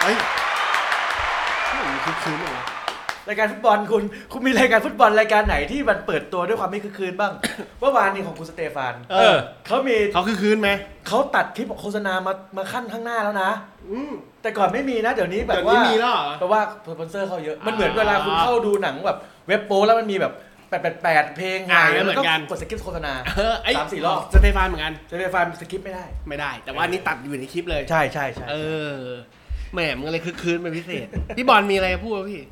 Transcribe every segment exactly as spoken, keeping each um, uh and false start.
เฮ้ยมันคึกคืนเหรอรายการฟุตบอลคุณคุณมีรายการฟุตบอลรายการไหนที่มันเปิดตัวด้วยความไม่คึกคืนบ้างเมื่อวานนี้ของคุณสเตฟานเออเขามีเขาคึกคืนไหมเขาตัดคลิปโฆษณามามาขั้นข้างหน้าแล้วนะแต่ก่อนไม่มีนะเดี๋ยวนี้แบบว่าเพราะว่าสปอนเซอร์เขาเยอะมันเหมือนเวลาคุณเข้าดูหนังแบบเว็บโป้แล้วมันมีแบบแปด แปด แปดเพลงไงแล้วก็กดสกิปโฆษณาสามสี่รอบสเตฟานเหมือนกันสเตฟานสกิปไม่ได้ไม่ได้แต่ว่านี่ตัดอยู่ในคลิปเลยใช่ใช่ใช่เออแหมมันอะไรคึกคืนเป็นพิเศษพี่บอลมีอะไรพูดป่ะพี่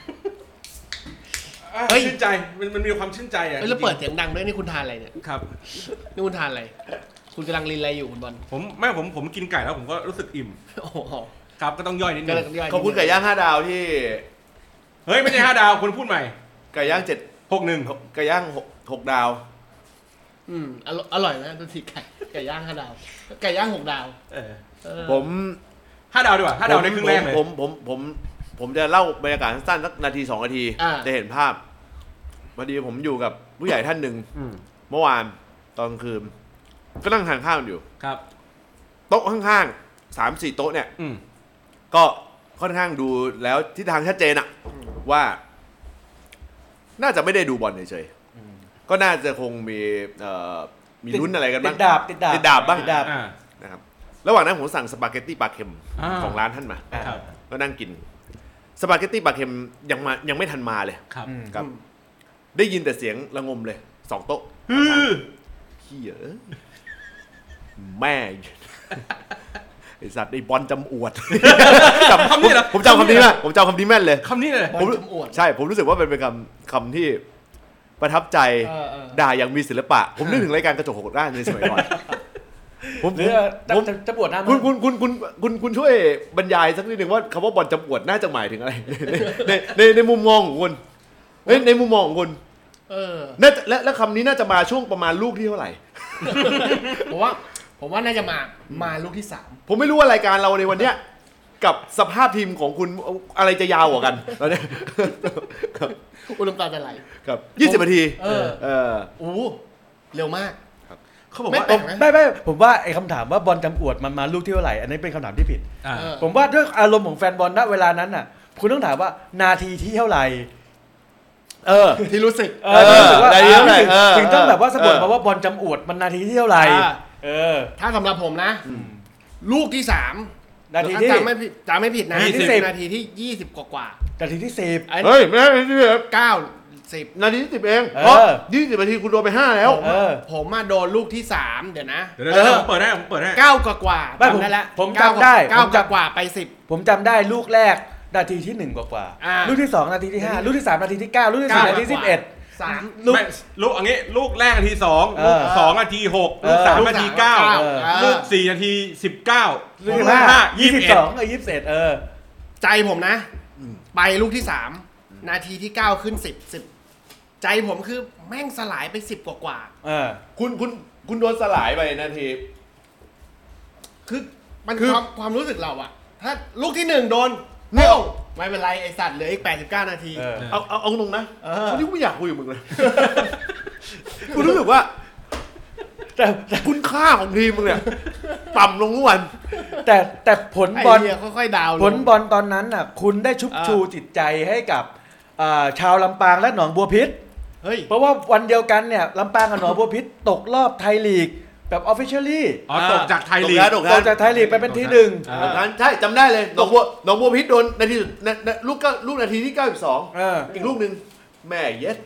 เฮ้ยชื่นใจมันมันมีความชื่นใจอ่ะแล้วเปิดเสียงดังด้วยนี่คุณทานอะไรเนี่ยครับนี่คุณทานอะไรคุณกำลังลินอะไรอยู่คุณบอลผมไม่ผมผมกินไก่แล้วผมก็รู้สึกอิ่มโอ้โหครับก็ต้องย่อยนิดนึงขอบคุณไก่ย่างห้าดาวที่เฮ้ยไม่ใช่ห้าดาวคุณพูดใหม่ไก่ย่างเจ็ดหกหนึ่งไก่ย่างหกหกดาวอืมอร่อยนะตัวทีไก่ไก่ย่างห้าดาวไก่ย่างหกดาวเออผมห้าดาวดีกว่าห้าดาวในครึ่งแรกเลยผมผมผมผมจะเล่าบรรยากาศสั้นสักนาทีสองนาทีจะเห็นภาพพอดีผมอยู่กับผู้ใหญ่ท่านหนึ่งเมื่อวานตอนคืนก็นั่งทานข้าวอยู่ครับโต๊ะข้างๆสามสี่โต๊ะเนี่ยก็ค่อนข้างดูแล้วทิศทางชัดเจนอะว่าน่าจะไม่ได้ดูบอลเฉยๆก็น่าจะคงมีมีลุ้นอะไรกันบ้างติดดาบติดดาบติดดาบบ้างนะครับระหว่างนั้นผมสั่งสปาเกตตี้ปลาเค็มของร้านท่านมาก็นั่งกินสปาเกตตี้ปลาเค็มยังมายังไม่ทันมาเลยครับได้ยินแต่เสียงระงมเลยสองโต๊ะพี่เอ๋แม่ไอสัตว์ไอบอลจำอวดคำนี้เหรอผมจำคำนี้แม่ผมจำคำนี้แม่นเลยคำนี้เลยผมใช่ผมรู้สึกว่าเป็นเป็นคำคำที่ประทับใจด่าอย่างมีศิลปะผมนึกถึงรายการกระจกหกด้านในสมัยก่อนผมผมจะปวดหน้าคุณคุณคุณคุณคุณคุณช่วยบรรยายสักนิดหนึ่งว่าคำว่าบอลจำอวดน่าจะหมายถึงอะไรในในในมุมมองของคุณในมุมมองของคุณเออน่าจะและและคำนี้น่าจะมาช่วงประมาณลูกที่เท่าไหร่ผมว่าผมว่าน่าจะมามาลูกที่สามผมไม่รู้ว่ารายการเราในวันเนี้ยกับสภาพทีมของคุณอะไรจะยาวกว่ากันตอนนี้อุณหภูมิจะไหลครับยี่สิบนาทีเออเออโอ้เร็วมากเขาบอกว่าไม่ไม่ผมว่าไอ้คำถามว่าบอลจำอวดมันมาลูกที่เท่าไหร่อันนี้เป็นคำถามที่ผิดผมว่าด้วยอารมณ์ของแฟนบอลณเวลานั้นน่ะคุณต้องถามว่านาทีที่เท่าไหร่เออที่รู้สึกเออรู้สึกว่าถึงต้องแบบว่าสะบัดมาว่าบอลจำอวดมันนาทีที่เท่าไหร่เออถ้าสำหรับผมนะลูกที่สามนาทีที่จำไม่ผิดจำไม่ผิดนะนาทีที่ยี่สิบกว่าๆนาทีที่สิบเฮ้ยไม่ใช่ที่เก้าสิบนาทีที่สิบเองเพราะยี่สิบนาทีคุณโดนไปห้าแล้วผมมาโดนลูกที่สามเดี๋ยวนะเดี๋ยวผมเปิดได้ผมเปิดได้เก้ากว่ากว่าจำได้แล้วผมจำได้เก้ากว่าไปสิบผมจำได้ลูกแรกนาทีที่หนึ่งกว่าๆลูกที่สองนาทีที่ห้าลูกที่สามนาทีที่เก้าลูกที่สี่นาทีที่สิบเอ็ดสามลูกลูกอย่างงี้ลูกแรกนาทีสองลูกสองนาทีหกลูกสามนาทีเก้าลูกสี่นาทีสิบเก้าลูกห้ายี่สิบสองเออยี่สิบเอ็ดเออใจผมนะไปลูกที่สามนาทีที่เก้าขึ้นสิบสิบใจผมคือแม่งสลายไปสิบกว่ากว่าเออคุณคุณคุณโดนสลายไปนาทีคือมันความความรู้สึกเราอะถ้าลูกที่หนึ่งโดนเนี่ยไม่เป็นไรไอสัตว์เหลืออีกแปดสิบเก้านาทีเอาเอาเอาตรงนะวันนี้กูไม่อยากคุยกับมึงเลยกูรู้สึกว่าแต่แต่คุณค่าของทีมมึงเนี่ยต่ำลงทุกวันแต่แต่ผลบอลค่อยๆดาวผลบอลตอนนั้นน่ะคุณได้ชุบชูจิตใจให้กับชาวลำปางและหนองบัวพิษเพราะว่าวันเดียวกันเนี่ยลำปางกับหนองบัวพิษตกรอบไทยลีกแบบ officially อ๋อตกจากไทยลีกตกจากไทยลีกไปเป็นที่หนึ่งใช่จำได้เลยหนองบัวหนองบัวพิษโดนนาทีลูกก็ลูกนาทีที่เก้าสิบสองอีกลูกนึงแม่เย็ด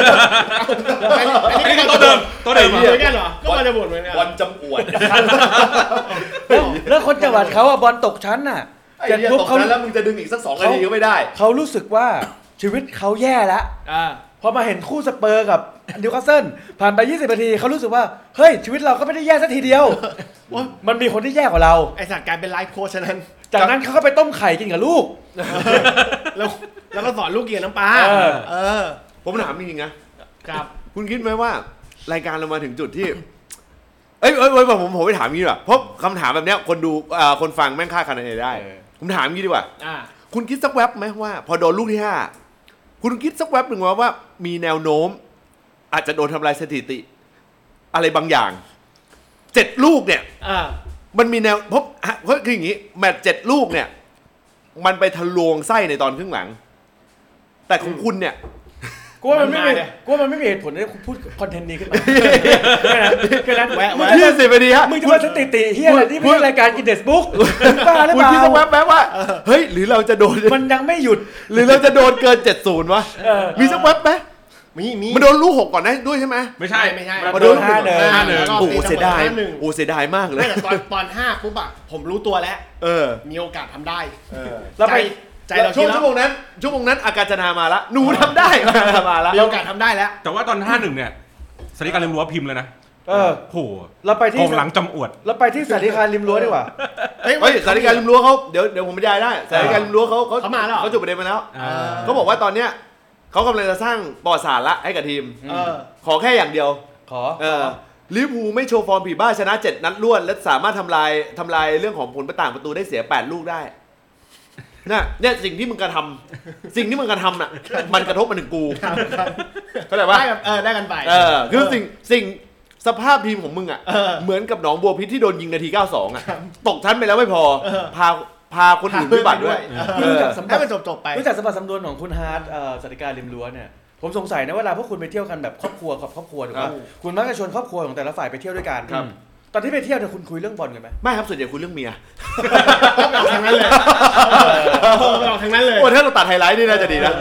อันนี้ตัวเดิมตัวเดิมเหมือนกันเหรอก็มาจะบ่นเหมือนกันบอลจำอวดแล้วคนจังหวัดเขาอ่ะบอลตกชั้นน่ะจะตกชั้นแล้วมึงจะดึงอีกสักสองนาทีก็ไม่ได้เขารู้สึกว่าชีวิตเขาแย่แล้วพอมาเห็นคู่สเปอร์กับนิวคาสเซิลผ่านไปยี่สิบนาทีเขารู้สึกว่าเฮ้ยชีวิตเราก็ไม่ได้แย่สักทีเดียวมันมีคนที่แย่กว่าเราไอ้สัตว์กลายเป็นไลฟ์โค้ชนั้นจากนั้นเขาก็ไปต้มไข่กินกับลูกแล้วแล้วก็สอนลูกเกี่ยวน้ำปลาเออผมถามจริงๆนะครับคุณคิดไหมว่ารายการเรามาถึงจุดที่เอ้ยเอ้ยผมผมไปถามงี้ดีกว่าเพราะคำถามแบบเนี้ยคนดูคนฟังแม่งค่าคะแนนได้ผมถามงี้ดีกว่าคุณคิดสักแวบไหมว่าพอโดนลูกที่ห้าคุณคิดสักแวบหนึ่งว่าว่ามีแนวโน้มอาจจะโดนทำลายสถิติอะไรบางอย่างเจ็ดลูกเนี่ยมันมีแนวเพราะเพราะคืออย่างนี้แมตช์เจ็ดลูกเนี่ยมันไปทะลวงไส้ในตอนครึ่งหลังแต่ของคุณเนี่ยกูว่ามันไม่มีกูว่ามันไม่มีเหตุผลที่คุณพูดคอนเทนต์นี้ขึ้นมาแค่นั้นแค่นั้นแวะแวะยี่สิบนาทีฮะมึงจะมาสถิติเฮียอะไรที่ไม่ใช่รายการกินเดสบุ๊กบ้าหรือเปล่าคุณคิดสักแป๊บๆว่าเฮ้ยหรือเราจะโดนมันยังไม่หยุดหรือเราจะโดนเกินเจ็ดสิบวะมีสักแป๊บไหมมีมีมันโดนลูกหกก่อนนะด้วยใช่ไหมไม่ใช่ไม่ใช่มันโดนห้าหนึ่งห้าหนึ่งโอ้เสียดายโอ้เสียดายมากเลยแต่ตอนตอนห้าปุ๊บอะผมรู้ตัวแล้วเออมีโอกาสทำได้แล้วไปใจเราช่วงชั่วโมงนั้นชั่วโมงนั้นอากาศจนามาละหนูทำได้มาละมีโอกาสทำได้แล้วแต่ว่าตอนห้าหนึ่งเนี่ยสถิติการริมรั้วพิมพ์เลยนะเออโหเราไปที่กองหลังจำอวดเราไปที่สถิติการริมรั้วดีกว่าเฮ้ยสถิติการริมรั้วเขาเดี๋ยวเดี๋ยวผมบรรยายได้สถิติการริมรั้วเขาเขาเขามาแล้วเขาจุดประเด็นมาแล้วเขาบอกว่าตอนเนี้ยเขากำลังจะสร้างประวัติศาสตร์ละให้กับทีมขอแค่อย่างเดียวขอลิเวอร์พูลไม่โชว์ฟอร์มผีบ้าชนะเจ็ดนัดรวดและสามารถทำลายทำลายเรื่องของผลต่างประตูได้เสียแปดลูกได้เนี่ยเนี่ยสิ่งที่มึงกระทำสิ่งที่มึงกระทำน่ะมันกระทบมาถึงกูเข้าใจปะได้เออได้กันไปเออคือสิ่งสิ่งสภาพทีมของมึงอ่ะเหมือนกับหนองบัวพิษที่โดนยิงนาทีเก้าสิบสองอ่ะตกชั้นไปแล้วไม่พอพาพาคนอื่นวิบัติด้วยให้มันจบๆไปรู้จักสมบัติสำนวนของคุณฮาร์ดสถิติการริมรั้วเนี่ยผมสงสัยนะเวลาพวกคุณไปเที่ยวกันแบบครอบครัวกับครอบครัวถูกป่ะคุณมักจะชวนครอบครัวของแต่ละฝ่ายไปเที่ยวด้วยกันตอนที่ไปเที่ยวเนี่ยคุณคุยเรื่องบอลกันไหมไม่ครับส่วนใหญ่คุยเรื่องเมียเราทั้งนั้นเลยเราทั้งนั้นเลยโอ้ถ้าเราตัดไฮไลท์นี่น่าจะดีนะ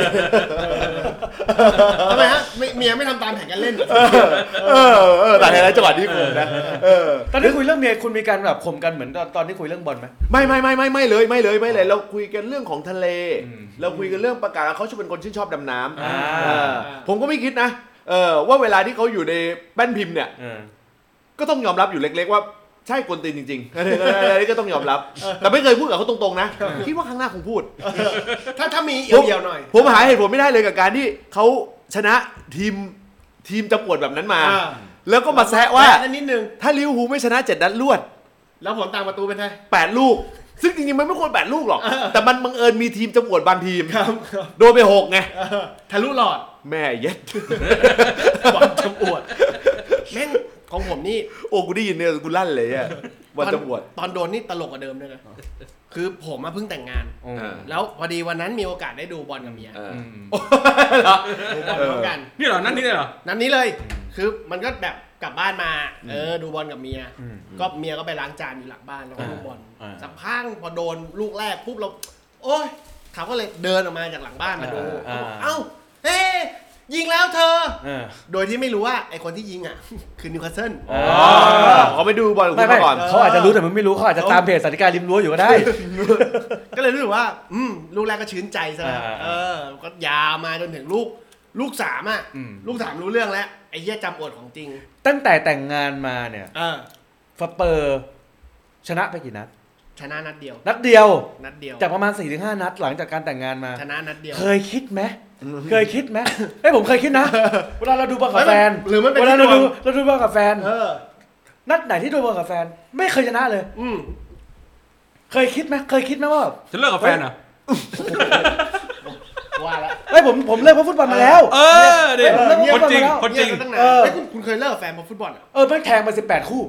ทำไมฮะเมียไม่ทำตามแผนการเล่นเออเออตัดไฮไลท์จังหวะนี้ผมนะเออตอนที่คุยเรื่องเมียคุณมีการแบบข่มกันเหมือนตอนตอนที่คุยเรื่องบอลไหมไม่ไม่ไม่ไม่ไม่เลยไม่เลยไม่เลยเราคุยกันเรื่องของทะเลเราคุยกันเรื่องประกาศเขาชอบเป็นคนชื่นชอบดำน้ำผมก็ไม่คิดนะเออว่าเวลาที่เขาอยู่ในแป้นพิมพ์เนี่ยก็ต้องยอมรับอยู่เล็กๆว่าใช่กวนตีนจริงๆอะไรก็ต้องยอมรับแต่ไม่เคยพูดกับเขาตรงๆนะคิดว่าครั้งหน้าคงพูดถ้าถ้ามีเอี่ยวๆหน่อยผมหาเหตุผลไม่ได้เลยกับการที่เขาชนะทีมทีมจำอวดแบบนั้นมาแล้วก็มาแซะว่านิดนึงถ้าลิเวอร์พูลไม่ชนะเจ็ดนัดรวดแล้วผลต่างประตูเป็นไงแปดลูกซึ่งจริงๆมันไม่ควรแปดลูกหรอกแต่มันบังเอิญมีทีมจำอวดบางทีมโดนไปหกไงทะลุหลอดแม่เย็ดบอลจำอวดแม่งของผมนี่โอ้กูได้ยินเนี่ยกูลั่นเลยอ่ะวันจำอวดตอนโดนนี่ตลกกว่าเดิมด้วยนะคือผมมาเพิ่งแต่งงานแล้วพอดีวันนั้นมีโอกาสได้ดูบอลกับเมียดูบอลร่วมกันนี่เหรอนั่นนี่เลยเหรอนั่นนี้เลยคือมันก็แบบกลับบ้านมาเออดูบอลกับเมียก็เมียก็ไปล้างจานอยู่หลังบ้านแล้วก็ดูบอลสักพักพอโดนลูกแรกปุ๊บเราโอ๊ยเขาก็เลยเดินออกมาจากหลังบ้านมาดูเอ้าเฮ้ยิงแล้วเธอโดยที่ไม่รู้ว่าไอคนที่ยิงอ่ะคือนิวคาสเซิลเขาไปดูบอลกับคุณก่อนเขาอาจจะรู้แต่มันไม่รู้เขาอาจจะตามเพจสถิติการริมรั้วอยู่ก็ได้ก็เลยรู้สึกว่าอืมลูกแรกก็ชื้นใจซะเออก็ยาวมาจนถึงลูกลูกสามอ่ะลูกสามรู้เรื่องแล้วไอ้เหี้ยจำอดของจริงตั้งแต่แต่งงานมาเนี่ยฟเปอร์ชนะไปกี่นัดชนะนัดเดียวนัดเดียวนัดเดียวจากประมาณ สี่ถึงห้า นัดหลังจากการแต่งงานมาชนะนัดเดียวเคยคิดไหมเคยคิดไหมเอ้ยผมเคยคิดนะเวลาเราดูบอลกับแฟนหรือมันเป็นเวลาเราดูเราดูบอลกับแฟนนัดไหนที่ดูบอลกับแฟนไม่เคยชนะเลยเคยคิดไหมเคยคิดไหมว่าจะเลิกกับแฟนเหรอว่าแล้วเฮ้ยผมผมเลิกเพราะฟุตบอลมาแล้วเออเด็กคนจริงคนจริงเออคุณเคยเลิกกับแฟนเพราะฟุตบอลอ่ะเออไม่แทงมาสิบแปดคู่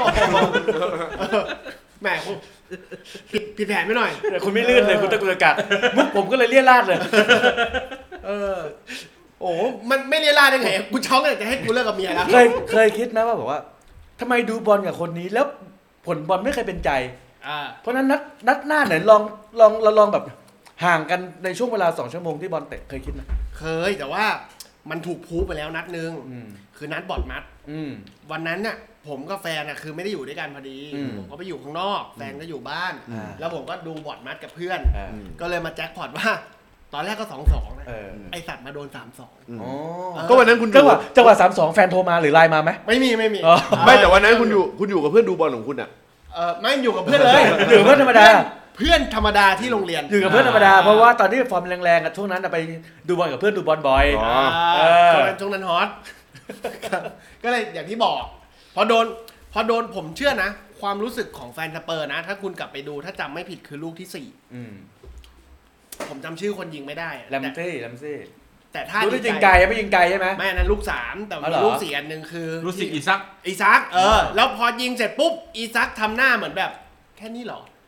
แหมผิดผิดแผนไปหน่อยแต่คุณไม่ลื่นเลยคุณตะกุตะกักมุกผมก็เลยเลี่ยราดเลยเออโอ้มันไม่เลี่ยราดได้ไงกูช็อกเลยจะให้กูเลิกกับเมียแล้วเคยเคยคิดไหมว่าบอกว่าทำไมดูบอลกับคนนี้แล้วผลบอลไม่เคยเป็นใจเพราะนั้นนัดนัดหน้าไหนลองลองเราลองแบบห่างกันในช่วงเวลาสองชั่วโมงที่บอลเตะเคยคิดไหมเคยแต่ว่ามันถูกพูไปแล้วนัดนึงคือนัดบอร์ดมัดวันนั้นน่ะผมกับแฟนน่ะคือไม่ได้อยู่ด้วยกันพอดีผมก็ไปอยู่ข้างนอกแฟนก็อยู่บ้านแล้วผมก็ดูบอร์ดมัดกับเพื่อนก็เลยมาแจ็คพอตว่าตอนแรกก็ สองสอง นะไอสัตว์มาโดน สามสองอ๋อก็วันนั้นคุณจังหวะจังหวะสามสองแฟนโทรมาหรือไลน์มาไหมไม่มีไม่มีไม่แต่วันนั้นคุณอยู่คุณอยู่กับเพื่อนดูบอลของคุณอ่ะเออไม่อยู่กับเพื่อนเลยหรือเพื่อนธรรมดาเพื่อนธรรมดาที่โรงเรียนอยู่กับเพื่อนธรรมดาเพราะว่าตอนที่ฟอร์มแรงๆกันช่วงนั้นไปดูบอลกับเพื่อนดูบอลบ่อยช่วงนั้นช่วงนั้นฮอตก็เลยอย่างที่บอกพอโดนพอโดนผมเชื่อนะความรู้สึกของแฟนสเปอร์นะถ้าคุณกลับไปดูถ้าจำไม่ผิดคือลูกที่สี่ผมจำชื่อคนยิงไม่ได้แลมเซ่แลมเซ่แต่ถ้าลูกที่ยิงไกลไม่ยิงไกลใช่ไหมไม่นั้นลูกสามแต่มีลูกสี่อันหนึ่งคือลูกสี่อีซักอีซักเออแล้วพอยิงเสร็จปุ๊บอีซักทำหน้าเหมือนแบบแค่นี้หรอ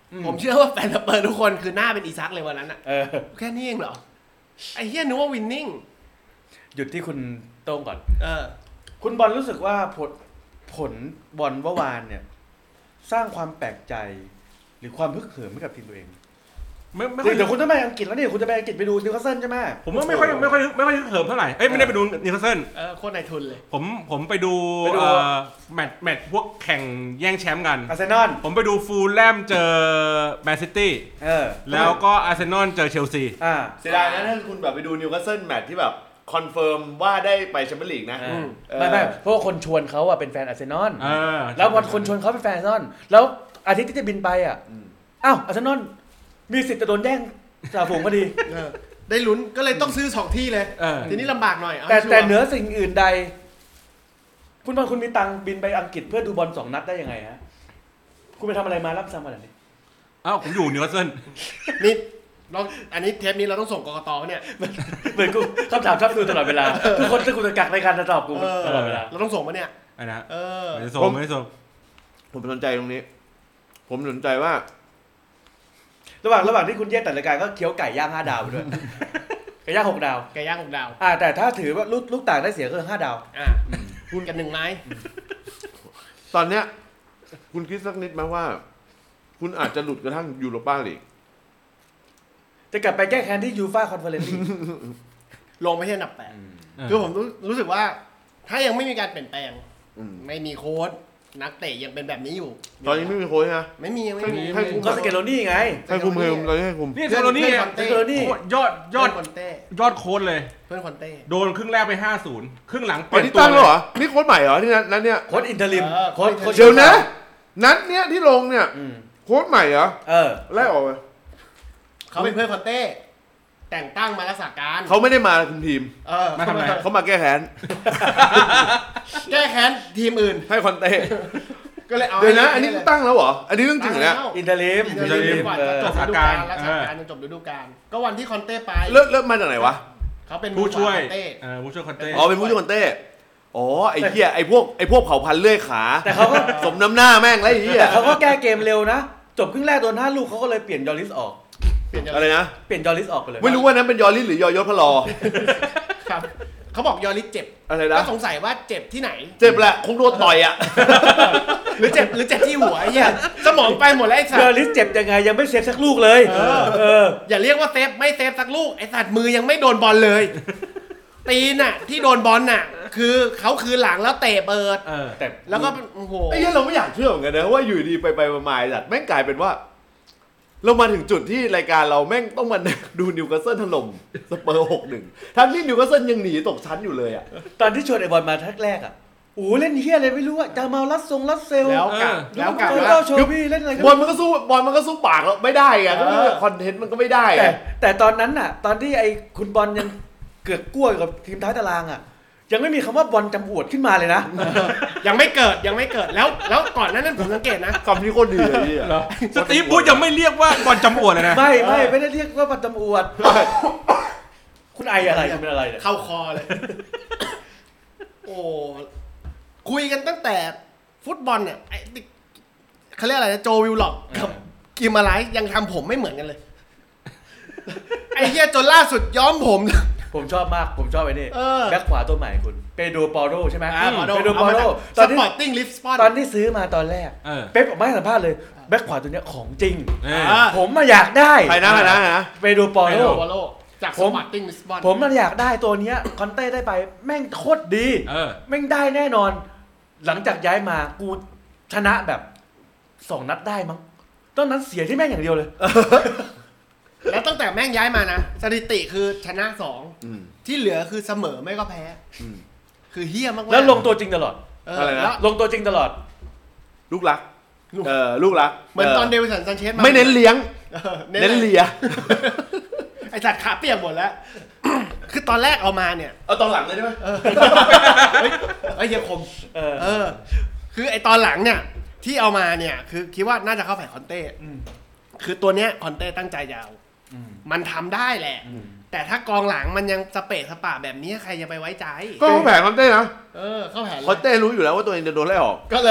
ผมเชื่อว่าแฟนสเปอร์ทุกคนคือหน้าเป็นอีซักเลยวันนั้นอ่ะเออแค่นี้เองเหรอไอ้เหี้ยนึกว่าวินนิ่งหยุดที่คุณโต้งก่อนเออคุณบอลรู้สึกว่าผลผลบอลเมื่อวานเนี่ย สร้างความแปลกใจ หรือความพึกเหิมให้กับทีมตัวเองไม่ไม่ค่อยเดี๋ยวคุณต้องไปอังกฤษแล้วนี่คุณจะไปอังกฤษไปดูนิวคาสเซิลใช่ไหมผมว่าไม่ค่อยไม่ค่อยไม่ค่อยเหิมเท่าไหร่เอ้ยไม่ได้ไปดูนิวคาสเซิลเออโคตรนายทุนเลยผมผมไปดูไปดูเอ่อแมตช์แมตช์พวกแข่งแย่งแชมป์กันอาร์เซนอลผมไปดูฟูลแลมเจอแมนซิตี้เออแล้วก็อาร์เซนอลเจอเชลซีอ่าเสียดายนะถ้าคุณแบบไปดูนิวคาสเซิลแมตช์ที่แบบคอนเฟิร์มว่าได้ไปแชมเปี้ยนลีกนะอืมเออไม่ไม่เพราะว่าคนชวนเขาอะเป็นแฟนอาร์เซนอลเออแล้วพอคนชวนเขาเป็นแฟนอาร์เซนอลแล้วอาทิตย์ที่จะบินไปอะอืมอ้าวอาร์เซนอลมีสิทธิ์จะโดนแย่งจ่าฝูงพอดีเออได้ลุ้นก็เลยต้องซื้อสองที่เลยเออทีนี้ลำบากหน่อยาแต่ให้ชัวร์แต่เหนือสิ่งอื่นใด คุณบอลคุณมีตังค์บินไปอังกฤษเพื่อดูบอลสองนัดได้ยังไงฮะคุณไปทำอะไรมารับซ้ำมาแบบนี้เอ้าผมอยู่นิวคาสเซิลนี่เราอันนี้เทปนี้เราต้องส่งกกตเนี่ยเหมือนกูคำถามชอบดูตลอดเวลาทุกคนจะกูจะกักในการจะตอบกูเออตลอดเวลาเราต้องส่งมาเนี่ยไอ้นะเออไม่ได้ส่งไม่ได้ส่งผมสนใจตรงนี้ ผมสนใจว่าระหว่างระหว่างที่คุณแยกแต่รายการก็เคี้ยวไก่ย่างห้าดาวไปด้วย ไก่ย่างหกดาวไก่ย่างของดาวอ่าแต่ถ้าถือว่าลูกลูกต่างได้เสียก็คือห้าดาวอ่ะคูณกันหนึ่งไม้ตอนเนี้ย คุณคิดสักนิดไหมว่า คุณอาจจะหลุดกระทั่งยูโรป้าลีกจะกลับไปแก้แค้นที่ยูฟ่าคอนเฟอเรนซ์ลีกลงไปที่อันดับแปดคือผมรู้รู้สึกว่า ถ้ายังไม่มีการเปลี่ยนแปลงอืมไม่มีโค้ชนักเตะยังเป็นแบบนี้อยู่ตอนนี้ไม่มีโค้ชนะไม่มียังไม่มีให้คุมก็สเกโลนี่ไงให้คุมให้คุมตอนนี้ให้คุมนี่เทโรนี่เพื่อนคอนสเต้เกโลนี่โคตรยอดยอดเพื่อนคอนเต้ยอดโค้ดเลยเพื่อนคอนเต้โดนครึ่งแรกไป ห้าศูนย์ ครึ่งหลังเปตอนลี่ยนนี้ตัวตั้งแล้วเหรอ นี่โค้ชใหม่เหรอที่นั้นนั้นเนี่ยโค้ชอินเตอร์ลิมเออโค้ชโค้ชเดี๋ยวนะ นัดเนี้ยที่ลงเนี่ยอืมโค้ชใหม่เหรอเออไล่ออกไปเขาเป็นเพื่อนคอนเต้ แต่งตั้งมารักษาการเขาไม่ได้มาคุมทีมเออมาทำอะไรเขามาแก้แค้นแก้แค้นทีมอื่นให้คอนเต้ก็เลยเอาเดี๋ยวนะ อันนี้เลยตั้งแล้วเหรอ อันนี้เรื่องจริงเหรอเนี่ยอินเตอร์ลิมอินเตอร์ลิมก่อนเอจะอจบฤดูกาลรักษาการจนจบฤดูกาลก็วันที่คอนเต้ไปเลิกเลิกมาจากไหนวะเขาเป็นผู้ช่วยมือขวาคอนเต้เออผู้ช่วยคอนเต้อ๋อ เป็นผู้ช่วยคอนเต้ อ๋อ ไอ้เหี้ย ไอ้พวก ไอ้พวกเผ่าพันธุ์เลื่อยขาแต่เขาก็สมน้ำหน้าแม่งแล้วไอ้เหี้ยแต่เขาก็แก้เกมเร็วนะ จบครึ่งแรกโดนห้าลูกเขาก็เลยเปลี่ยนยอริสออกเปลี่ยนอะไรนะเปลี่ยนยอริสออกไปเลยไม่รู้ว่านั้นเป็นยอริสหรือยอยศพลอครับเขาบอกยอริสเจ็บอะไรนะก็สงสัยว่าเจ็บที่ไหนเจ็บแหละ คงโดนต่อยอ่ะหรือเจ็บหรือเจ็บที่หัวไอ้เหี้ยสมองไปหมดแล้วไอ้สัตยอว์ริสเจ็บยังไงยังไม่เซฟสักลูกเลยเออเอออย่าเรียกว่าเซฟไม่เซฟสักลูกไอ้สัตว์มือยังไม่โดนบอลเลย ตีนน่ะที่โดนบอลน่ะ คือเขาคือหลังแล้วเตะเปิดเออแต่แล้วก็โอ้โหไอ้เหี้ยเราไม่อยากเชื่อเหมือนกันนะว่าอยู่ดีไปไปมาๆจัดแม่งกลายเป็นว่า เรามาถึงจุดที่รายการเราแม่งต้องมาดูนิวคาสเซิลถล่มสเปอร์หกหนึ่งทั้งที่นิวคาสเซิลยังหนีตกชั้นอยู่เลยอ่ะตอนที่ชวนไอ้บอลมาทักแรกอ่ะโอ้เล่นเฮียอะไรไม่รู้อ่ะจะมาลัดทรงลัดเซลแล้วกะเออแล้วกะโรว่านัลโดโชวี่เล่นอะไรบอลมันก็สู้บอลมันก็สู้ปากเราไม่ได้ไงก็คือคอนเทนต์มันก็ไม่ได้แต่อะแต่ตอนนั้นน่ะ ตอนที่ไอ้คุณบอลยังเกือกกล้วยกับทีมท้ายตารางอ่ะ ยังไม่มีคำว่าบอลจำอวดขึ้นมาเลยนะยังไม่เกิดยังไม่เกิดแล้วแล้วก่อนหนั้นนั้นผมสังเกตนะคำนี้โคตรดีเลยพี่เหรอสตีฟบูธยังไม่เรียกว่าบอลจำอวดเลยนะไม่ไม่ไม่ได้เรียกว่าบอลจำอวด คุณไออะไรคุณเป็นอะไรเนี่ยเข้าคอเลย โอ้คุยกันตั้งแต่ฟุตบอลเนี่ยไอ้เขาเรียกอะไรนะโจวิลล็อกกับกิมมาไลฟ์ยังทำผมไม่เหมือนกันเลย ไอ้เหี้ยจนล่าสุดย้อมผมผมชอบมากผมชอบไอ้นี่เออแบ็คขวาตัวใหม่คุณเปโดรปอโรใช่ไหมอ่าพอโดเปโดรปอโรตตออน นที่ที่สปอร์ติ้งลิฟสปอนตอนที่ซื้อมาตอนแรกเออเป๊ปออกมาให้สัมภาษณ์เลยแบ็คขวาตัวเนี้ยของจริงเออ่าอผมมาอยากได้ใครนะใครนะใครนะเปโดรปอโปโรโโลจากผสมปอร์ติ้งลิสบอนผมมันอยากได้ตัวเนี้ยคอนเต้ได้ไปแม่งโคตรดีเออแม่งได้แน่นอน หลังจากย้ายมากูชนะแบบสองนัดได้มั้งตอนนั้นเสียที่แม่งอย่างเดียวเลยแล้วตั้งแต่แม่งย้ายมานะสถิติคือชนะสองอืมที่เหลือคือเสมอไม่ก็แพ้อืมคือเฮี้ยมากๆแล้วลงตัวจริงตลอดเอออะไรนะแล้วลงตัวจริงตลอดลูกรัก เออ ลูกรักเหมือนตอนเดวิสันซันเชสมาไม่เน้นเลี้ยงเออเน้นเลียไอสัตว์ขาเปียกหมดแล้ว คือตอนแรกเอามาเนี่ยเอาตอนหลังเลยใช่ไหมเออเฮ้ยเฮ้ยเฮียคมเออเออ คือไอตอนหลังเนี่ย ที่เอามาเนี่ย คือคิดว่าน่าจะเข้าแผนคอนเต้อืมคือตัวเนี้ยคอนเต้ตั้งใจยาวอืมมันทำได้แหละอืมแต่ถ้ากองหลังมันยังสเปะสปะแบบนี้ใครจะไปไว้ใจก็เขาแผนคอนเต้นะเออ เข้าแผนเลยคอนเต้รู้อยู่แล้วว่าตัวเองจะโดนไล่ออกก็เลย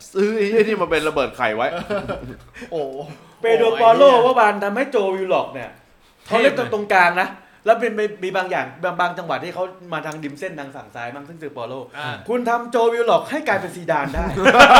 ซื้อไอ้นี่มาเป็นระเบิดไข่ไว้โอ้เปโดรปอโลว่าบานทำให้โจวิลล็อกเนี่ยเขาเล่นตรงกลางนะแล้วเป็นมีบางอย่างบางบางจังหวะที่เขามาทางริมเส้นทางฝั่งซ้ายมั้งซึ่งคือปอโลคุณทำโจวิลล็อกให้กลายเป็นซีดานได้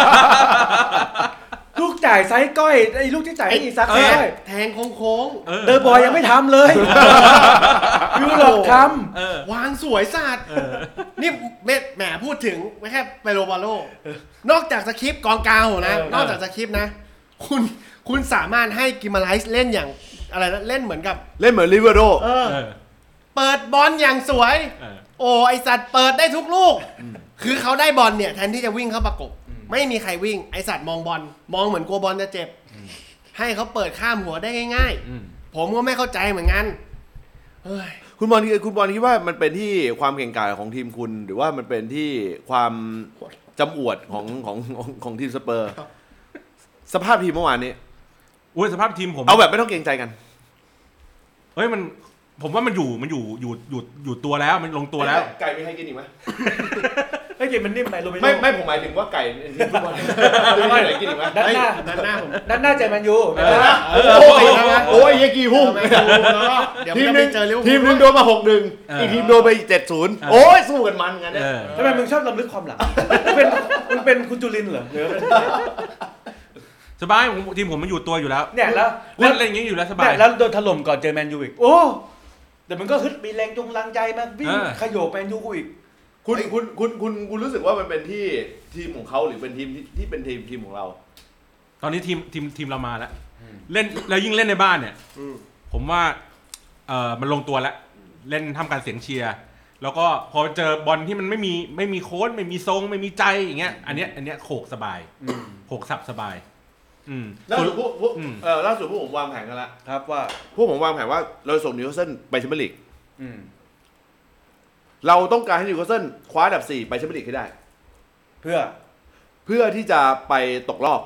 ลูกจ่ายไซส์ก้อยไอ้ลูกที่จ่ายให้อีซักไซส์ก้อยแทงโค้งๆเดอร์บอยยังไม่ทำเลยวิลล็อกทำวางสวยสัตว์นี่แหมพูดถึงไม่แค่เปโดรปอโลนอกจากสคริปต์กองกลางนะนอกจากสคริปต์นะคุณคุณสามารถให้กิมาไลส์เล่นอย่างอะไรนะเล่นเหมือนกับเล่นเหมือนลิเวอร์โดเปิดบอลอย่างสวยโอ้ไอสัตว์เปิดได้ทุกลูกคือเขาได้บอลเนี่ยแทนที่จะวิ่งเข้าประกบไม่มีใครวิ่งไอสัตว์มองบอลมองเหมือนกลัวบอลจะเจ็บให้เขาเปิดข้ามหัวได้ง่ายๆผมก็ไม่เข้าใจเหมือนกันเฮ้ยคุณบอลคุณบอลคิดว่ามันเป็นที่ความเก่งกาจของทีมคุณหรือว่ามันเป็นที่ความจำอวดของของของทีมสเปอร์สภาพทีมเมื่อวานนี้อุ้ยสภาพทีมผมเอาแบบไม่ต้องเกรงใจกันเฮ้ยมันผมว่ามันอยู่มันอยู่อยู่อยู่อยู่ตัวแล้วมันลงตัวแล้วไก่มีใครกินอีกไหมไอ้กินมันนิ่มไปโรเบโร่ไม่ไม่ผมหมายถึงว่าไก่ทีมฟุตบอลไม่ไหนกินอีกไหมด้านหน้าด้านหน้าผมด้านหน้าเจอแมนยูโอ้ยโอ้ยยี่กี่พุ่งทีมนึงทีมนึงโดนมาหกหนึ่งอีกทีมโดนไปเจ็ดศูนย์โอ้ยสู้กันมันงั้นเนี่ยทำไมมึงชอบลำลึกความหลังเป็นมึงเป็นคุณจุลินเหรอสบายทีมผมมันอยู่ตัวอยู่แล้วเนี่ยแล้วเล่นอะไรอย่างงี้อยู่แล้วสบายแล้วโดนถล่มก่อนเจอแมนยูอีกโอ้แต่มันก็ฮึดมีแรงจงรังใจมาวิ่งขยโยแมนยูกูอีกคุณคุณคุณคุณคุณรู้สึกว่ามันเป็นที่ทีมของเขาหรือเป็นทีมที่เป็นทีมทีมของเราตอนนี้ทีมทีมทีมเรามาแล้วเล่นแล้วยิ่งเล่นในบ้านเนี่ยผมว่าเออมันลงตัวแล้วเล่นทำการเสียงเชียร์แล้วก็พอเจอบอลที่มันไม่มีไม่มีโค้ชไม่มีทรงไม่มีใจอย่างเงี้ยอันเนี้ยอันเนี้ยโขกสบายโขกสับสบายล่าสุดพวกพวกเออล่าสุดพวกผมวางแผนกันแล้วครับว่าพวกผมวางแผนว่าเราส่งนิวคาสเซิลไปแชมเปี้ยนลีกเราต้องการให้นิวคาสเซิลคว้าอันดับสี่ไปแชมเปี้ยนลีกให้ได้เพื่อเพื่อที่จะไปตกรอบ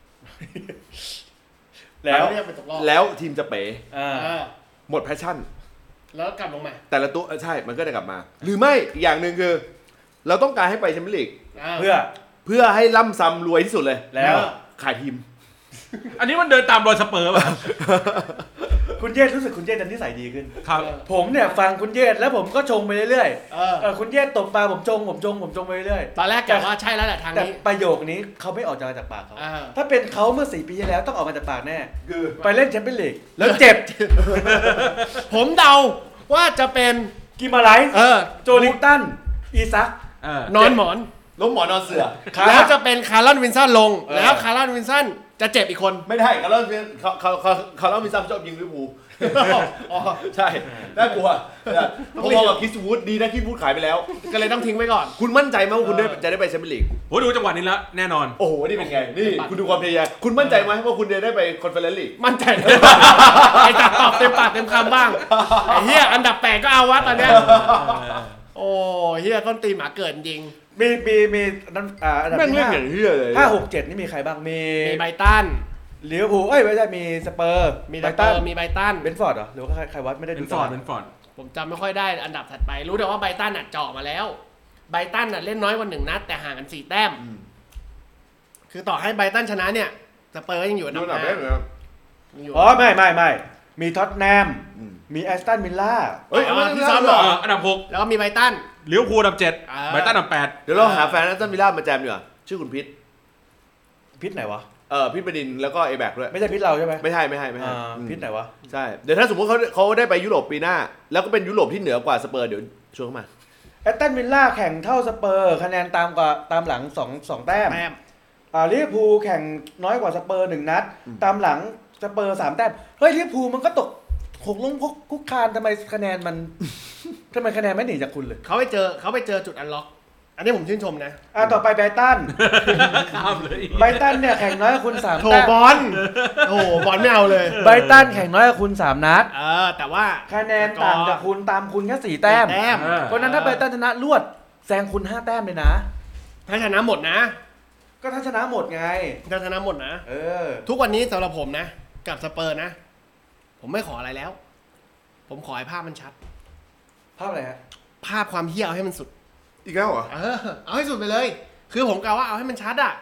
แล้วแล้วทีมจะเป๋หมดแพชชั่นแล้วกลับลงมาแต่ละตัวใช่มันก็จะกลับมาหรือไม่อีกอย่างหนึ่งคือเราต้องการให้ไปแชมเปี้ยนลีกเพื่อเพื่อให้ล่ำซ้ำรวยที่สุดเลยแล้วขายทีมอันนี้มันเดินตามรอยสเปอร์ป่ะคุณเยศรู้สึกคุณเยศจะนิสัยดีขึ้นครับผมเนี่ยฟังคุณเยศแล้วผมก็ชงไปเรื่อยๆเออคุณเยศตบปลาผมชงผมชงผมชงไปเรื่อยๆตอนแรกกะว่าใช่แล้วแหละทางนี้แต่ประโยคนี้เขาไม่ออกจากปากเขาถ้าเป็นเขาเมื่อสี่ปีที่แล้วต้องออกมาจากปากแน่คือไปเล่นแชมเปี้ยนลีกแล้วเจ็บผมเดาว่าจะเป็นกิมาไลส์โจลิงตันอีซักนอนหมอนล้มหมอนนอนเสือแล้วจะเป็นคาร์ลอนวินสันลงแล้วคาร์ลอนวินสันจะเจ็บอีกคนไม่ได้คาร์ลอนเขาเขาเขาคาร์ลอนวินสันชอบยิงลิเวอร์พูลอ๋อใช่น่ากลัวพอๆกับคิสวูดดีนะคิสวูดขายไปแล้วก็เลยต้องทิ้งไว้ก่อนคุณมั่นใจไหมว่าคุณได้จะได้ไปแชมเปี้ยนลีกโอ้ดูจังหวะนี้แล้วแน่นอนโอ้โหนี่เป็นไงนี่คุณดูความพยายามคุณมั่นใจไหมว่าคุณจะได้ไปคอนเฟอเรนซ์ลีกมั่นใจไอ้ตอบเต็มปากเต็มคำบ้างไอ้เหี้ยอันดับแปดก็เอาวะตอนเนี้ยโอ้เหี้ยต้นตีหมาเกิดจริงมีมีมีนั่นอ่าอันดับที่ห้าหกเจ็ดนี่มีใครบ้างมีมีไบตันลิเวอร์พูลเอ้ยไม่ใช่มีสเปอร์มีไบตันมีไบตันเบนฟอร์ดเหรอหรือว่าใครวัดไม่ได้ดูเบนฟอร์ดเบนฟอร์ดผมจำไม่ค่อยได้อันดับถัดไปรู้แต่ว่าไบตันน่ะเจาะมาแล้วไบตันน่ะเล่นน้อยกว่าหนึ่งนัดแต่ห่างกันสี่แต้มคือต่อให้ไบตันชนะเนี่ยสเปอร์ยังอยู่อันดับห้าอ๋อไม่ไม่ไม่มีท็อตแนมมีแอสตันวิลล่าเฮ้ยที่ซ้อมบอกอันดับหกแล้วก็มีไบตันลิเวอร์พูลอันดับเจ็ดไบตันอันดับแปดเดี๋ยวเราหาแฟนแอสตันวิลล่ามาแจมดีกว่าชื่อคุณพิษพิษไหนวะเออพิษบดินแล้วก็เอแบกด้วยไม่ใช่พิษเราใช่ไหมไม่ใช่ไม่ใช่ไม่ใช่พิษไหนวะใช่เดี๋ยวถ้าสมมติเขาเขาได้ไปยุโรปปีหน้าแล้วก็เป็นยุโรปที่เหนือกว่าสเปอร์เดี๋ยวชวนเข้ามาแอสตันวิลล่าแข่งเท่าสเปอร์คะแนนตามกว่าตามหลังสอง สองแต้มอ่าลิเวอร์พูลแข่งน้อยกว่าสเปอร์หนึ่งนัดตามหลังสเปอร์สามแต้มเฮ้ยลิเวอร์พูลมันก็ตกหกลงคุกคานทำไมคะแนนมันทำไมคะแนนไม่หนีจากคุณเลยเขาไปเจอเขาไปเจอจุดอันล็อกอันนี้ผมชื่นชมนะอ่ะต่อไปไบรตันข้ามเลยไบรตันเนี่ยแข่งน้อยกว่าคุณสามแต้มโถบอลโอ้บอลไม่เอาเลยไบรตันแข่งน้อยกว่าคุณสามนัดเออแต่ว่าคะแนนต่างจากคุณตามคุณแค่สี่แต้มเพราะนั้นถ้าไบรตันชนะรวดแซงคุณห้าแต้มเลยนะถ้าชนะหมดนะก็ถ้าชนะหมดไงถ้าชนะหมดนะเออทุกวันนี้สำหรับผมนะกับสเปอร์นะผมไม่ขออะไรแล้วผมขอให้ภาพมันชัดภาพอะไรฮะภาพความเหี้ยเอาให้มันสุดอีกแล้วเหรอเออเอาให้สุดไปเลยคือผมกล่าวว่าเอาให้มันชัดอ่ะ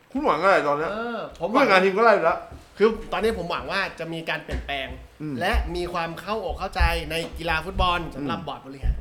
คุณหวังอะไรตอนนี้เออผมผู้จัดการทีมก็ไล่แล้วคือตอนนี้ผมหวังว่าจะมีการเปลี่ยนแปลงอืมและมีความเข้าอกเข้าใจในกีฬาฟุตบอลสำหรับอืมบอร์ดบริหาร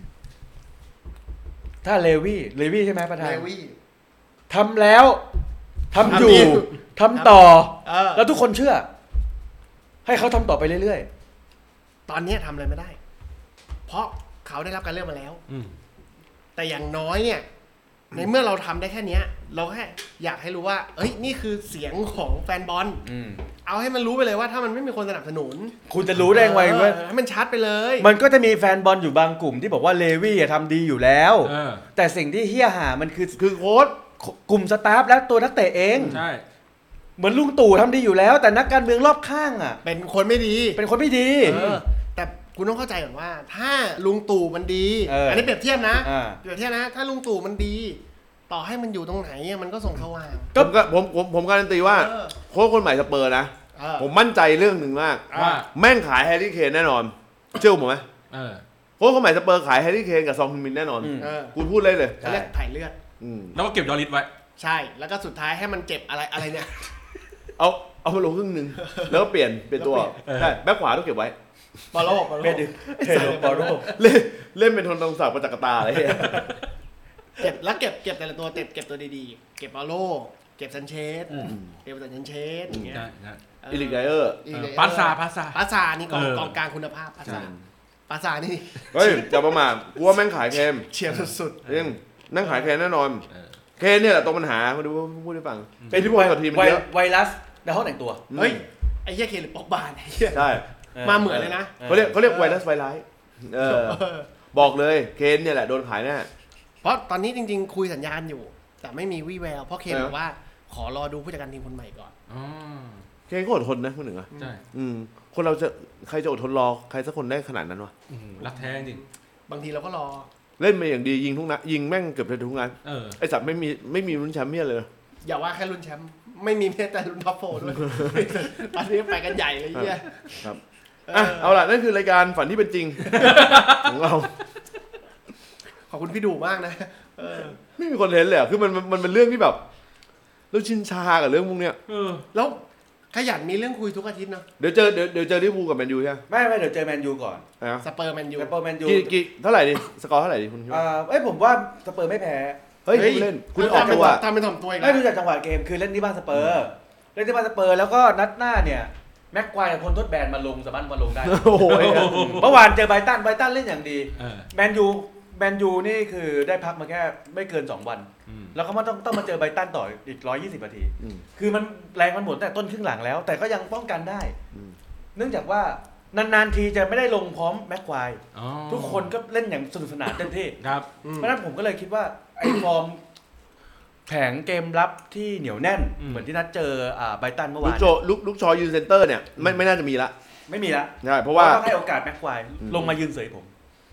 ถ้าเลวี่เลวี่ใช่ไหมประธานเลวี่ทำแล้วทำอยู่ทำอยู่ทำต่อเออแล้วทุกคนเชื่อ ให้เขาทำต่อไปเรื่อยตอนนี้ทำอะไรไม่ได้ เพราะเขาได้รับการเลือกมาแล้วอืมแต่อย่างน้อยเนี่ย ในเมื่อเราทำได้แค่เนี้ย เราแค่อยากให้รู้ว่า เอ้ยนี่คือเสียงของแฟนบอลๆอืมเอาให้มันรู้ไปเลยว่าถ้ามันไม่มีคนสนับสนุนคุณจะรู้ได้ไงว่าเออให้มันชัดไปเลยมันก็จะมีแฟนบอลอยู่บางกลุ่มที่บอกว่าเลวี่อะทำดีอยู่แล้วเออแต่สิ่งที่เฮี้ยหามันคือคือโค้ชกลุ่มสตาฟและตัวนักเตะเองใช่เหมือนลุงตู่ทำดีอยู่แล้ว แต่นักการเมืองรอบข้างอ่ะเป็นคนไม่ดีเป็นคนไม่ดีเออแต่คุณต้องเข้าใจก่อนว่า ถ้าลุงตู่มันดีเอออันนี้เปรียบเทียบนะอ่าเปรียบเทียบนะ ถ้าลุงตู่มันดี ต่อให้มันอยู่ตรงไหนอะมันก็ส่งสว่างผมก็ผมผมผมการันตีว่าเออโค้ชคนใหม่สเปอร์นะเออผมมั่นใจเรื่องหนึ่งมากว่าแม่งขายแฮร์รี่เคนแน่นอน เชื่อผมไหมเออโค้ชคนใหม่สเปอร์ขายแฮร์รี่เคนกับซองฮึนมินแน่นอนอืมเออกูพูดเลยเลยเขาเรียกถ่ายเลือดอืมแล้วก็เก็บดอลลิสไว้ใช่ แล้วก็สุดท้ายให้มันเจ็บอะไรอะไรเนี่ยเอาเอามาลงครึ่งหนึ่งแล้วก็เปลี่ยนเปลี่ยนตัวเออใช่แบ็คขวาต้องเก็บไว้บอลโลกบอลโลเป็นกดิเทโลบอลโลเล่นเล่นเป็นทนตรงศักดิ์ประจักษ์ตาอะไรเงี้ยเก็บแล้วเก็บเก็บแต่ละตัวเก็บเก็บตัวดีๆ เก็บบอลโลเก็บซันเชสอืมเก็บซันเชสอย่างเงี้ยใช่ใช่อิลิกไดเออร์อีกเออเลยปาซาปาซาปาซานี่กองเออกองกลางคุณภาพปาซาปาซานี่เฮ้ยจะประมาทกูว่าแม่งขายเค็มเฉียบสุดเรื่องนั่งขายเคนแน่นอนเออเคนเนี่ยแหละตัวปัญหามาดูพูดให้ฟังเป็นที่พวกกับทีมมันไวเยอะไวรัสในห้องแต่งตัวๆเฮ้ยไอ้เหี้ยเคหรือปอกบานไอ้เหี้ยใช่มาเหมือนเลยนะเขาเรียกเขาเรียกไวรัสไวรัสเออเออบอกเลยเคนเนี่ยแหละโดนขายแน่เพราะตอนนี้จริงๆ คุยสัญญาณอยู่ แต่ไม่มีวี่แววเพราะเคนเออบอกว่าขอรอดูผู้จัดการทีมคนใหม่ก่อนอ๋อเคนก็อดทนนะคนหนึ่งอ่ะใช่อืมคนเราจะใครจะอดทนรอใครสักคนได้ขนาดนั้นวะอืมรักแท้จริงบางทีเราก็รอเล่นมาอย่างดียิงทุกนัดยิงแม่งเกือบจะทุกนัดเออไอสัตว์ไม่มีไม่มีลุ้นแชมป์เปี้ยนเลยอย่าว่าแค่รุ่นแชมป์ไม่มีแม้แต่รุ่นท็อปโฟร์ด้วย ตอนนี้ไปกันใหญ่เลยไอ้เหี้ยครับเออ่ะอเอาล่ะนั่นคือรายการฝันที่เป็นจริง ของเราขอบคุณพี่ดูมากนะเออไม่มีคนเห็นเลยอะคือมันมันมันเป็นเรื่องที่แบบเราชินชากับเรื่องพวกเนี้ยเออแล้วขยันมีเรื่องคุยทุกอาทิตย์เนอะเดี๋ยวเจอเดี๋ยวเดี๋ยวเจอลิเวอร์พูลกับแมนยูใช่ไหมไม่ไม่เดี๋ยวเจอแมนยูก่อนนะสเปอร์แมนยูสเปอร์แมนยูกี่กี่เท่าไหร่ดิสกอร์เท่าไหร่ดิคุณคิดว่าอ่าเอ้ยผมว่าสเปอร์ไม่แพ้เฮ้ยคุณเล่นคุณออกตัวทำเป็นถ่อมตัวอีกไม่แล้วดูจากจังหวะเกมคือเล่นที่บ้านสเปอร์ เล่นที่บ้านสเปอร์แล้วก็นัดหน้าเนี่ยแม็กควายกับคนทดแบนมาลงสามารถมาลงได้โอ้โหเมื่อวานเจอไบรตันไบรตันเล่นอย่างดีเออแมนยูแมนยูนี่คือได้พักมาแค่ไม่เกินสองวันอืมแล้วก็มาต้องต้องมาเจอไบรตันต่ออีกร้อยยี่สิบนาทีอืมคือมันแรงมันหมดแต่ต้นครึ่งหลังแล้ว แต่ก็ยังป้องกันได้อืมเนื่องจากว่านานๆทีจะไม่ได้ลงพร้อมแม็กควายอ๋อทุกคนก็เล่นอย่างสนุกสนานเต็มที่ครับอืมเพราะฉะนั้นผมก็เลยคิดว่าไอ้ฟอร์มแผงเกมรับที่เหนียวแน่นอืมเหมือนที่นัดเจออ่าไบรตันเมื่อลูวาก นโจลูกลูกชอยืนเซนเตอร์เนี่ยไม่ไม่น่าจะมีละไม่มีละใช่เพราะว่าต้องให้โอกาสแม็กควายอืมลงมายืนเสยผม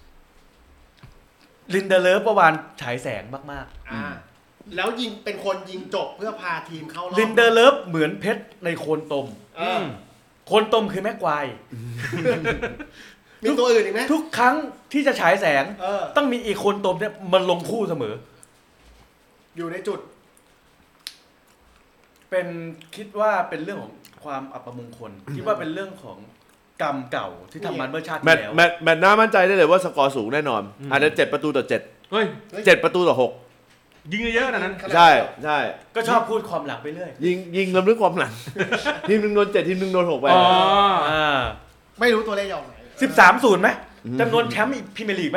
ลินเดเลฟเมื่อวานฉายแสงมากอ่าแล้วยิงเป็นคนยิงจบเพื่อพาทีมเข้ารอบๆลินเดเลฟเหมือนเพชรในโคนตมเออโคนตมคือแม็กควายมีตัวอื่นอีกไหมทุกครั้งที่จะฉายแสงเออต้องมีอีกโคนตมเนี่ยมันลงคู่เสมออยู่ในจุดเป็นคิดว่าเป็นเรื่องของความอัปมงคล คิดว่าเป็นเรื่องของกรรมเก่าที่ทำมันเมื่อชาติแมที่ตช์แล้วแมตช์แมตช์หน้ามั่นใจได้เลยว่าสกอร์สูงแน่นอนอืมอาจจะเจ็ดประตูต่อเจ็ดเฮ้ยเจ็ดประตูต่อหกยิงเยอะๆขนาดนั้นใช่ใช่ก็ชอบพูดความหลังไปเรื่อยยิงยิงลำลึกความหลัง ทีมหนึ่งโดนเจ็ดทีมหนึ่งโดนหกไปอ๋ออ่าไม่รู้ตัวเลขจะออกไหนสิบสามศูนย์ไหมอืมจำนวนแชมป์อีกพรีเมียร์ลีกไหม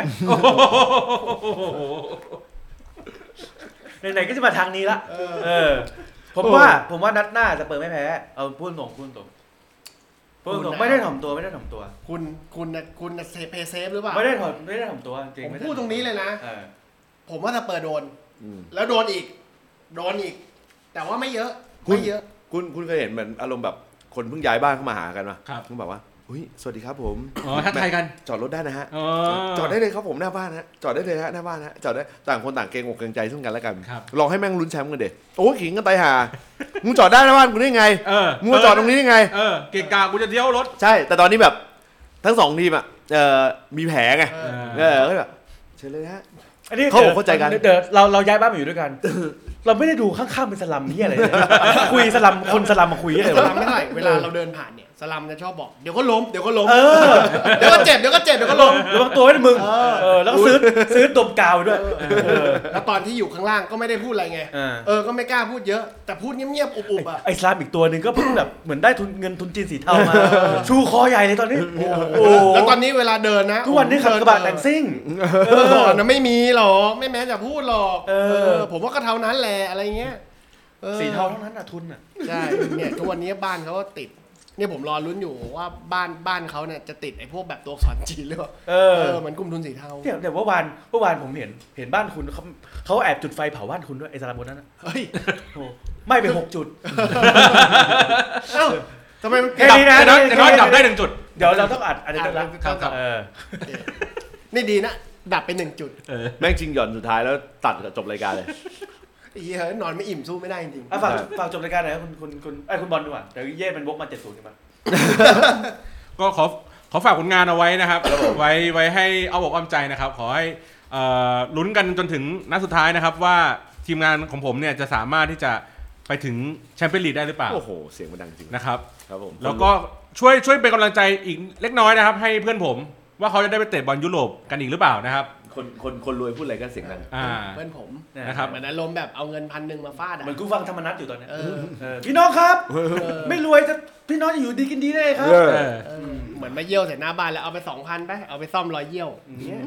ไหนๆก็จะมาทางนี้ละเออเออ ผมว่าผมว่านัดหน้าจะเปิดไม่แพ้ เอาพูดตรงพูดตรงพูดตรงไม่ได้ถ่อมตัวไม่ได้ถ่อมตัวคุณคุณนะคุณนะเซฟเพย์เซฟหรือเปล่าไม่ได้ถ่อมไม่ได้ถ่อมตัวจริงผมไม่ไพูดตรงนี้เลยนะเออผมว่าสเปอร์โดนอืมแล้วโดนอีก โดนอีก แต่ว่าไม่เยอะคุณไม่เยอะคุณคุณเคยเห็นเหมือนอารมณ์แบบคนเพิ่งย้ายบ้านเข้ามาหากันป่ะครับคุณแบบว่าอุ้ยสวัสดีครับผมอ๋อทักทายกันจอดรถได้นะฮะอ๋อจอดได้เลยครับผมหน้าบ้านฮะจอดได้เลยฮะหน้าบ้านฮะจอดได้ต่างคนต่างเกรงอกเกรงใจซึ่งกันและกันครับลองให้แม่งลุ้นแชมป์กันเด็โอ้ขิงกันตายห่ามึงจอดได้หน้าบ้านกูได้ไงเออมึงมาจอดตรงนี้ได้ไงเออ เกะกะกูจะเที่ยวรถใช่ แต่ตอนนี้แบบทั้งสองทีมอ่ะเออมีแผลไงเออเออก็แบบเชิญเลยฮะอันนี้เขาบอกเข้าใจกันเดี๋ยวเราเราย้ายบ้านมาอยู่ด้วยกันเราไม่ได้ดูข้างๆเป็นสลัมนี่อะไรเลยคุยสลัมคนสลัมมาคุยอะไรสวะลัมไม่เท่าไหร่เวลาเราเดินผ่านเนี่ยสลัมจะชอบบอกเดี๋ยวก็ล้มเดี๋ยวก็ล้มเออเดี๋ยวก็เจ็บเดี๋ยวก็เจ็บเดี๋ยวก็ล้มระวังตัวไว้นะมึงเออแล้วก็ซื้อซื้อดมกาวด้วยเออแล้วตอนที่อยู่ข้างล่างก็ไม่ได้พูดอะไรไงเออเออก็ไม่กล้าพูดเยอะแต่พูดเงียบๆอุบๆอ่ะไอ้สลามอีกตัวหนึ่งก็เพิ่งแบบเหมือนได้ทุนเงินทุนจีนสีเทามาชูคอใหญ่เลยตอนนี้โอ้แล้วตอนนี้เวลาเดินนะทุกวันนี้ขับกระบะแต่งซิ่งเออก่อนนะไม่มีหรอกไม่แม้จะพูดหรอกเออผมว่าก็เท่านั้นแหละอะไรเงี้ยออสีเทาทั้งนั้นอ่ะทุนอ่ะใช่เนี่ยทุกวันนี้บ้านเขาก็ติดเนี่ยผมรอลุ้นอยู่ว่าบ้านบ้านเขาเนี่ยจะติดไอ้พวกแบบตัวอักษรจีนหรือเปล่าเออเออเหมือนกลุ่มทุนสีเทาเนี่ยเดี๋ยวเมื่อวานเมื่อวานผมเห็นเห็นบ้านคุณเขาเขาแอบจุดไฟเผาบ้านคุณด้วยไอ้สลามคนนั้นอ่ะเฮ้ยโอ้ไหม่ไปหกจุดเอ้าทำไมมันแค่นี้นะแต่น้อยแต่น้อยดับได้หนึ่งจุดเดี๋ยวเราต้องอัดอันนี้อ่ะแล้วครับครับเออนี่ดีนะดับไปหนึ่งจุดแม่งจริงหย่อนสุดท้ายแล้วตัดจบรายการเลยไอ้เหี้ยนอนไม่อิ่มสู้ไม่ได้จริงอ่ะฝากฝากจบรายการหน่อยนะคุณคุณคุณไอ้ยคุณบอลดีกว่าเดี๋ยวเย่มันวกมาเจ็ดศูนย์กันมาก็ขอขอฝากผลงานเอาไว้นะครับ ไว้ไว้ให้เอาอกอ้อมใจนะครับ ขอให้เอ่อลุ้นกันจนถึงนัดสุดท้ายนะครับ ว่าทีมงานของผมเนี่ยจะสามารถที่จะไปถึงแชมเปี้ยนลีกได้หรือเปล่าโอ้โหเสียงมันดังจริงนะครับครับผมแล้วก็ช่วยช่วยเป็นกำลังใจอีกเล็กน้อยนะครับ ให้เพื่อนผมว่าเขาจะได้ไปเตะบอลยุโรปกันอีกหรือเปล่านะครับคนคนคนรวยพูดอะไรก็เสียงดังอ่าเพื่อนผมนะครับเหมือนอารมณ์แบบเอาเงินพันหนึ่งมาฟาดอ่ะเหมือนกูฟังธรรมนัตอยู่ตอนเนี้ยเออเออพี่น้องครับเออไม่รวยจะพี่น้องจะอยู่ดีกินดีได้ไงครับเออเออเออเหมือนมาเยี่ยวใส่หน้าบ้านแล้วเอาไปสองพันไปเอาไปซ่อมรอยเยี่ยวอย่างเงี้ย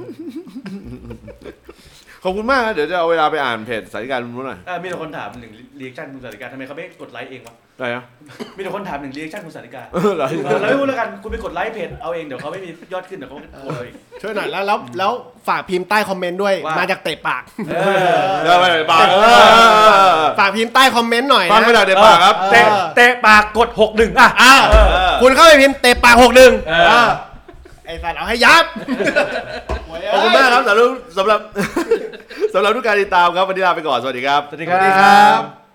ขอบคุณมากนะเดี๋ยวจะเอาเวลาไปอ่านเพจสาริการรู้หน่อยอ่ามีแต่คนถามหนึ่งรีแอคชั่นคุณสาริกาทำไมเขาไม่กดไลค์เองวะอะไรนะมีแต่คนถามหนึ่งรีแอคชั่นคุณสาริกาเออเหรอเออเราไม่พูดแล้วกันคุณไปกดไลค์เพจเอาเองเดี๋ยวเขาไม่มียอดขึ้นเดี๋ยวเขาโกรธเราอีกช่วยหน่อยแล้วแล้วแล้วฝากพิมพ์ใต้คอมเมนต์ด้วยว่ามาจากเตะปากเออเดี๋ยวไปไหนปากเออฝากพิมพ์ใต้คอมเมนต์หน่อยฟังไม่ได้นะเดี๋ยวปากครับเตะเตะเตะปากกดหกหนึ่งอ่ะอ่าเออคุณเข้าไปพิมพ์เตะปากหกหนึ่งเออไอ้สัตว์เอาให้ยับขอบคุณมากครับสำหรับสำหรับ สำหรับทุกการติดตามครับวันนี้ลาไปก่อนสวัสดีครับสวัสดีครับ